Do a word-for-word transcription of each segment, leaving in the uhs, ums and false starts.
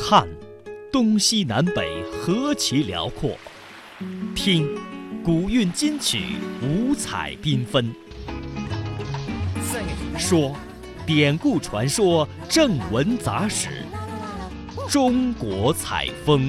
看，东西南北何其辽阔；听，古韵今曲五彩缤纷；说，典故传说正文杂史。中国采风。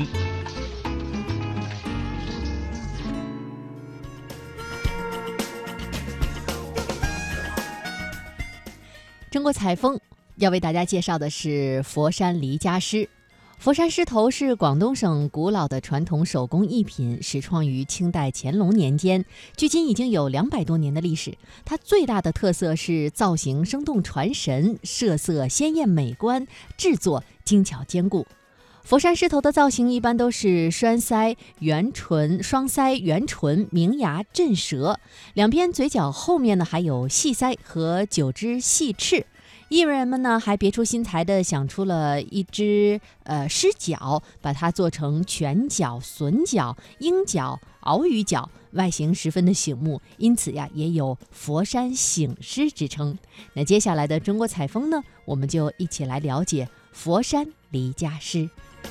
中国采风要为大家介绍的是佛山离家狮。佛山狮头是广东省古老的传统手工艺品，始创于清代乾隆年间，距今已经有两百多年的历史。它最大的特色是造型生动传神，设色鲜艳美观，制作精巧坚固。佛山狮头的造型一般都是栓腮、圆唇、双腮、圆唇、明牙、震舌，两边嘴角后面呢还有细腮和九只细翅。艺人们呢还别出心裁地想出了一只呃狮角，把它做成犬角、隼角、鹰角、鳌鱼角，外形十分的醒目，因此呀也有佛山醒狮之称。那接下来的中国采风呢，我们就一起来了解佛山离家狮。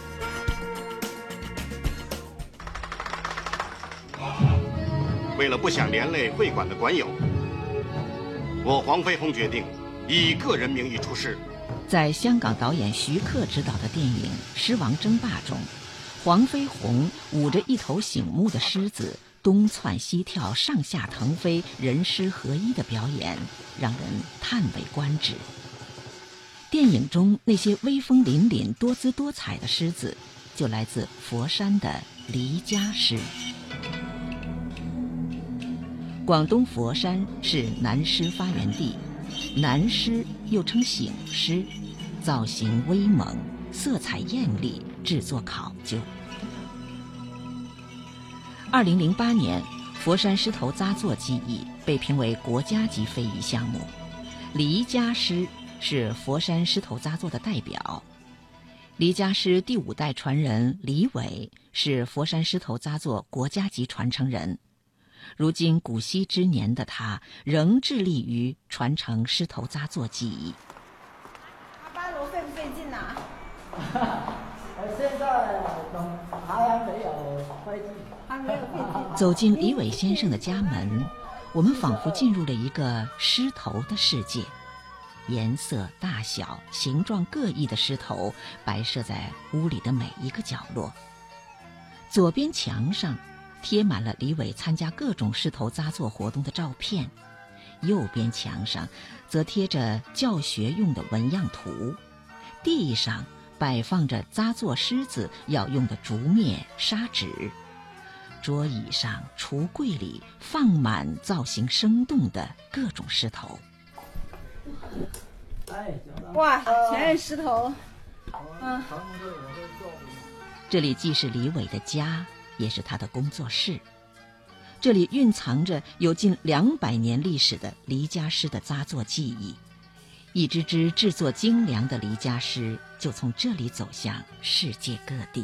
为了不想连累会馆的馆友，我黄飞鸿决定以个人名义出狮。 在香港导演徐克执导的电影《狮王争霸》中，黄飞鸿舞着一头醒目的狮子，东窜西跳，上下腾飞，人狮合一的表演让人叹为观止。电影中那些威风凛凛、多姿多彩的狮子，就来自佛山的离家狮。广东佛山是南狮发源地，南狮又称醒狮，造型威猛，色彩艳丽，制作考究。二零零八年，佛山狮头扎作技艺被评为国家级非遗项目，离家狮是佛山狮头扎作的代表。离家狮第五代传人李伟是佛山狮头扎作国家级传承人。如今古稀之年的他，仍致力于传承狮头扎作技艺。 阿巴罗费不费劲呐？ 现在还没有费劲， 还没有费劲。 走进李伟先生的家门，我们仿佛进入了一个狮头的世界。颜色、大小、形状各异的狮头摆设在屋里的每一个角落。左边墙上贴满了李伟参加各种狮头扎作活动的照片，右边墙上则贴着教学用的纹样图，地上摆放着扎作狮子要用的竹篾、砂纸，桌椅上、橱柜里放满造型生动的各种狮头。 哇，全是狮头。嗯， 这里既是李伟的家，也是他的工作室。这里蕴藏着有近两百年历史的离家狮的扎作技艺，一只只制作精良的离家狮就从这里走向世界各地。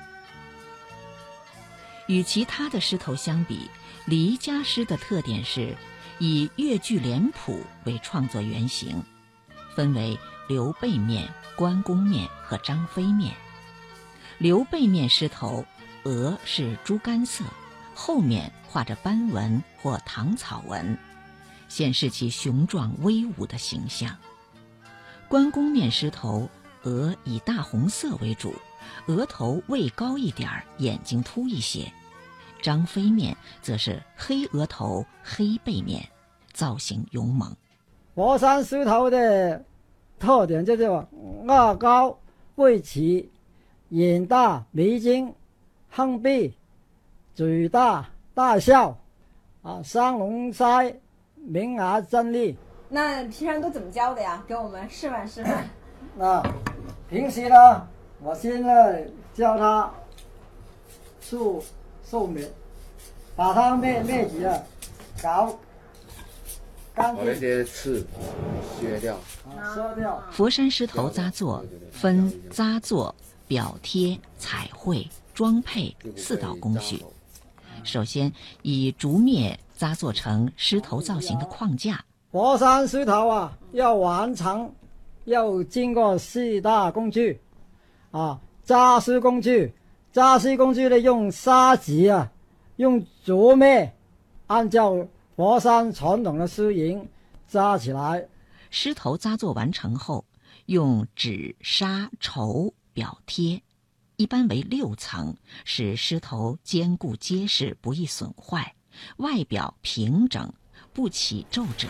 与其他的狮头相比，离家狮的特点是以越剧脸谱为创作原型，分为刘背面、关公面和张飞面。刘背面狮头额是猪肝色，后面画着斑纹或唐草纹，显示其雄壮威武的形象。关公面狮头额以大红色为主，额头位高一点，眼睛凸一些。张飞面则是黑额头、黑背面，造型勇猛。 佛山狮头的特点就是额高、背齐、眼大、眉精、横鼻、嘴大、大笑，啊，双龙腮、明牙正利。 那平常都怎么教的呀？给我们示范示范。 那平时呢，我现在教他竖竖眉，把它面面积啊搞干净， 把那些刺削掉， 啊，削掉。 佛山狮头扎作分扎作、裱贴、彩绘、装配四道工序。首先以竹篾扎作成狮头造型的框架。 佛山狮头啊，要完成要经过四大工序啊， 扎丝工具，扎丝工具呢用砂纸啊，用竹篾，按照佛山传统的丝银扎起来。 狮头扎作完成后，用纸、纱、绸表贴，一般为六层，使狮头坚固结实，不易损坏，外表平整，不起皱褶。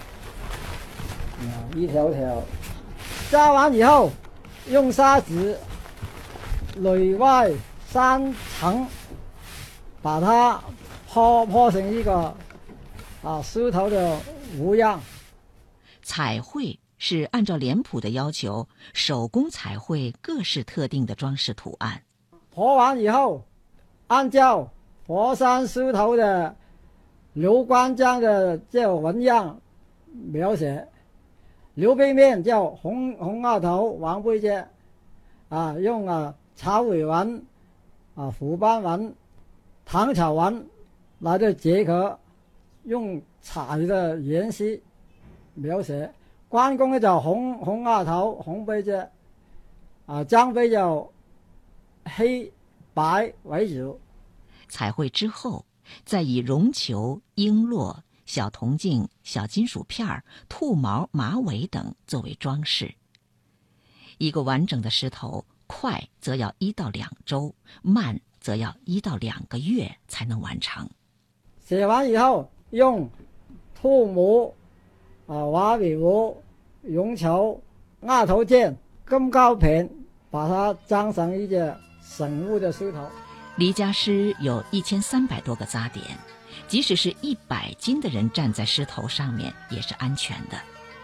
一条条扎完以后，用砂纸内外三层把它铺铺成一个啊狮头的模样。 彩绘是按照脸谱的要求，手工彩绘各式特定的装饰图案。 铺完以后，按照佛山狮头的刘关张的这个纹样描写。刘背面叫红红额头黄背脊，啊，用啊草尾纹、啊虎斑纹、唐草纹来的结合，用彩的颜色描写。关公呢就红红額頭紅背脊，啊張飛就黑白為主。 彩绘之后，再以绒球、璎珞、小铜镜、小金属片、兔毛、马尾等作为装饰。一个完整的狮头，快则要一到两周，慢则要一到两个月才能完成。 写完以后，用兔毛、啊馬尾模、绒球、額頭尖、金膠片把它裝成一隻醒目的獅頭。 离家狮有一千三百多个扎点，即使是一百斤的人站在狮头上面也是安全的。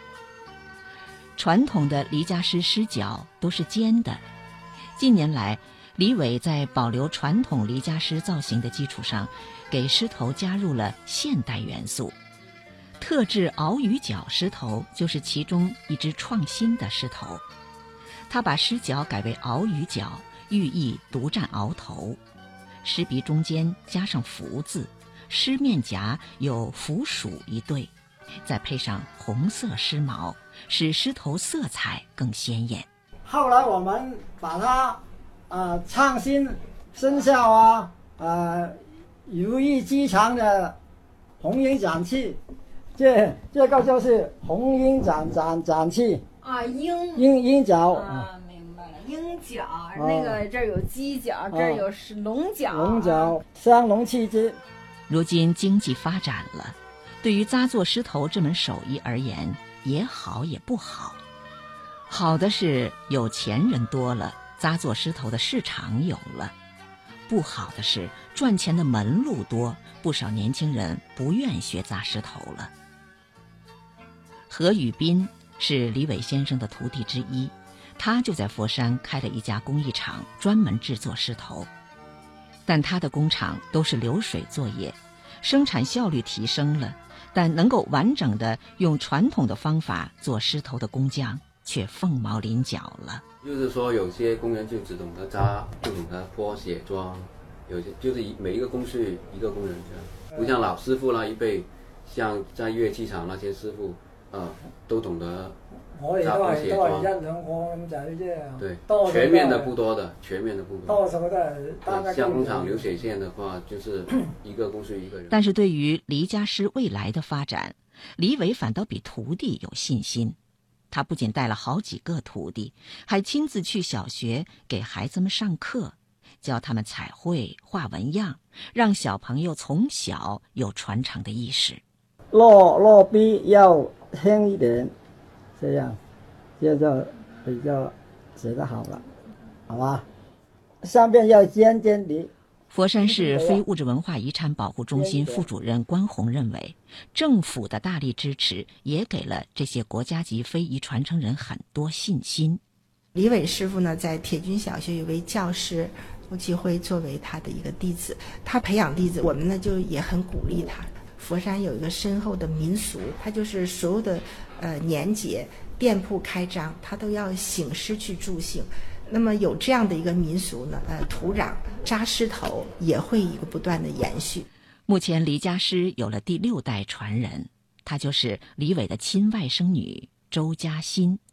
传统的离家狮狮角都是尖的，近年来李伟在保留传统离家狮造型的基础上，给狮头加入了现代元素。特制鳌鱼角狮头就是其中一只创新的狮头，他把狮角改为鳌鱼角，寓意独占鳌头。狮鼻中间加上福字，狮面颊有福鼠一对，再配上红色狮毛，使狮头色彩更鲜艳。 后来我们把它呃创新生肖啊，呃如意吉祥的红缨展翅，这这个就是红缨展展展翅啊，鹰鹰鹰角啊，明白了，鹰角，那个这儿有犄角，这儿有是龙角， 龙角相龙气之。 如今经济发展了，对于扎作狮头这门手艺而言，也好也不好。好的是有钱人多了，扎作狮头的市场有了；不好的是赚钱的门路多，不少年轻人不愿学扎狮头了。何宇斌是李伟先生的徒弟之一，他就在佛山开了一家工艺厂，专门制作狮头。但他的工厂都是流水作业，生产效率提升了，但能够完整的用传统的方法做狮头的工匠却凤毛麟角了。 就是说，有些工人就只懂得扎，不懂得泼写装，有些就是每一个工序一个工人这样，不像老师傅那一辈，像在乐器厂那些师傅，呃，都懂得扎泼写装。对，全面的不多的，全面的不多。对，像工厂流水线的话，就是一个工序一个人。 但是对于离家狮未来的发展，李伟反倒比徒弟有信心。他不仅带了好几个徒弟，还亲自去小学给孩子们上课，教他们彩绘、画纹样，让小朋友从小有传承的意识。 落落笔要轻一点，这样这就比较写得好了，好吧？上边要尖尖的。 佛山市非物质文化遗产保护中心副主任关红认为，政府的大力支持也给了这些国家级非遗传承人很多信心。 李伟师傅呢，在铁军小学有位教师吴继辉作为他的一个弟子，他培养弟子，我们呢就也很鼓励他。佛山有一个深厚的民俗，他就是所有的呃年节店铺开张，他都要请师去助兴。那么有这样的一个民俗呢，呃，土壤扎狮头也会一个不断的延续。 目前离家狮有了第六代传人，她就是李伟的亲外甥女周嘉欣。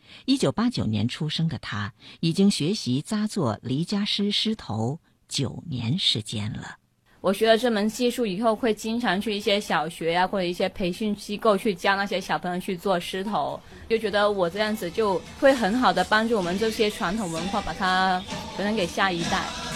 一九八九年出生的他，已经学习扎作离家诗狮头九年时间了。 我学了这门技术以后，会经常去一些小学呀、啊，或者一些培训机构去教那些小朋友去做狮头，就觉得我这样子就会很好的帮助我们这些传统文化，把它传承给下一代。